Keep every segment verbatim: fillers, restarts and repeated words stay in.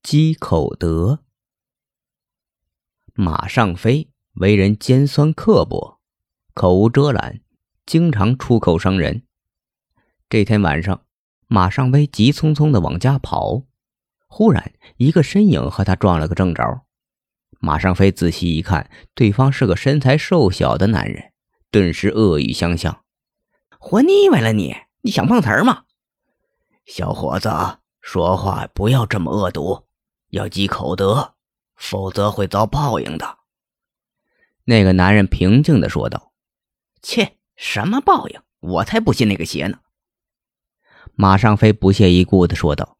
积口德。马尚飞为人尖酸刻薄，口无遮拦，经常出口伤人。这天晚上，马尚飞急匆匆地往家跑，忽然一个身影和他撞了个正着。马尚飞仔细一看，对方是个身材瘦小的男人，顿时恶语相向：“活腻歪了你，你想碰瓷儿吗？小伙子，说话不要这么恶毒，要积口德，否则会遭报应的。”那个男人平静地说道：“切，什么报应？我才不信那个邪呢。”马尚飞不屑一顾地说道：“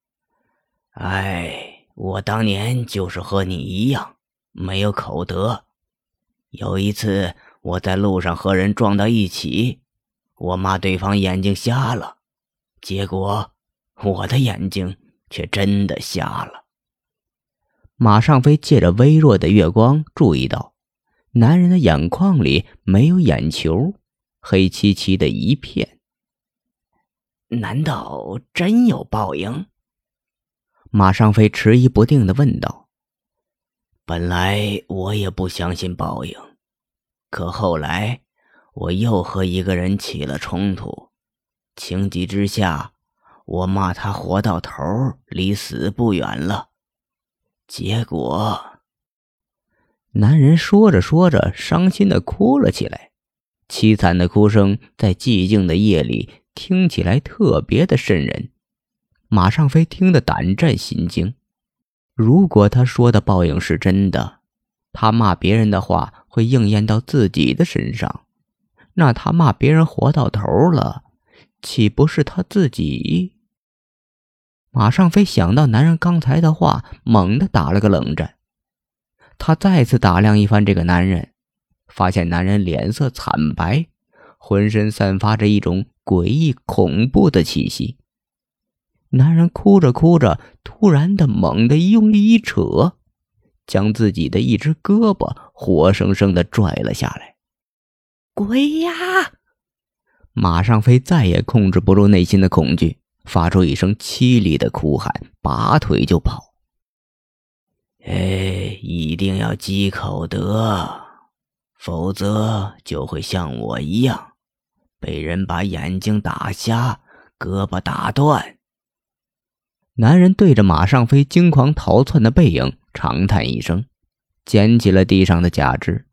哎，我当年就是和你一样，没有口德。有一次我在路上和人撞到一起，我骂对方眼睛瞎了，结果我的眼睛却真的瞎了。”马尚飞借着微弱的月光注意到，男人的眼眶里没有眼球，黑漆漆的一片。难道真有报应？马尚飞迟疑不定地问道。本来我也不相信报应，可后来我又和一个人起了冲突，情急之下，我骂他活到头，离死不远了。结果……男人说着说着，伤心地哭了起来，凄惨的哭声在寂静的夜里听起来特别的瘆人。马尚飞听得胆战心惊。如果他说的报应是真的，他骂别人的话会应验到自己的身上，那他骂别人活到头了，岂不是他自己？马尚飞想到男人刚才的话，猛地打了个冷战。他再次打量一番这个男人，发现男人脸色惨白，浑身散发着一种诡异恐怖的气息。男人哭着哭着，突然的猛地用力一扯，将自己的一只胳膊活生生的拽了下来。鬼呀！马尚飞再也控制不住内心的恐惧，发出一声凄厉的哭喊，拔腿就跑。哎，一定要积口德，否则就会像我一样，被人把眼睛打瞎，胳膊打断。男人对着马尚飞惊狂逃窜的背影长叹一声，捡起了地上的假肢，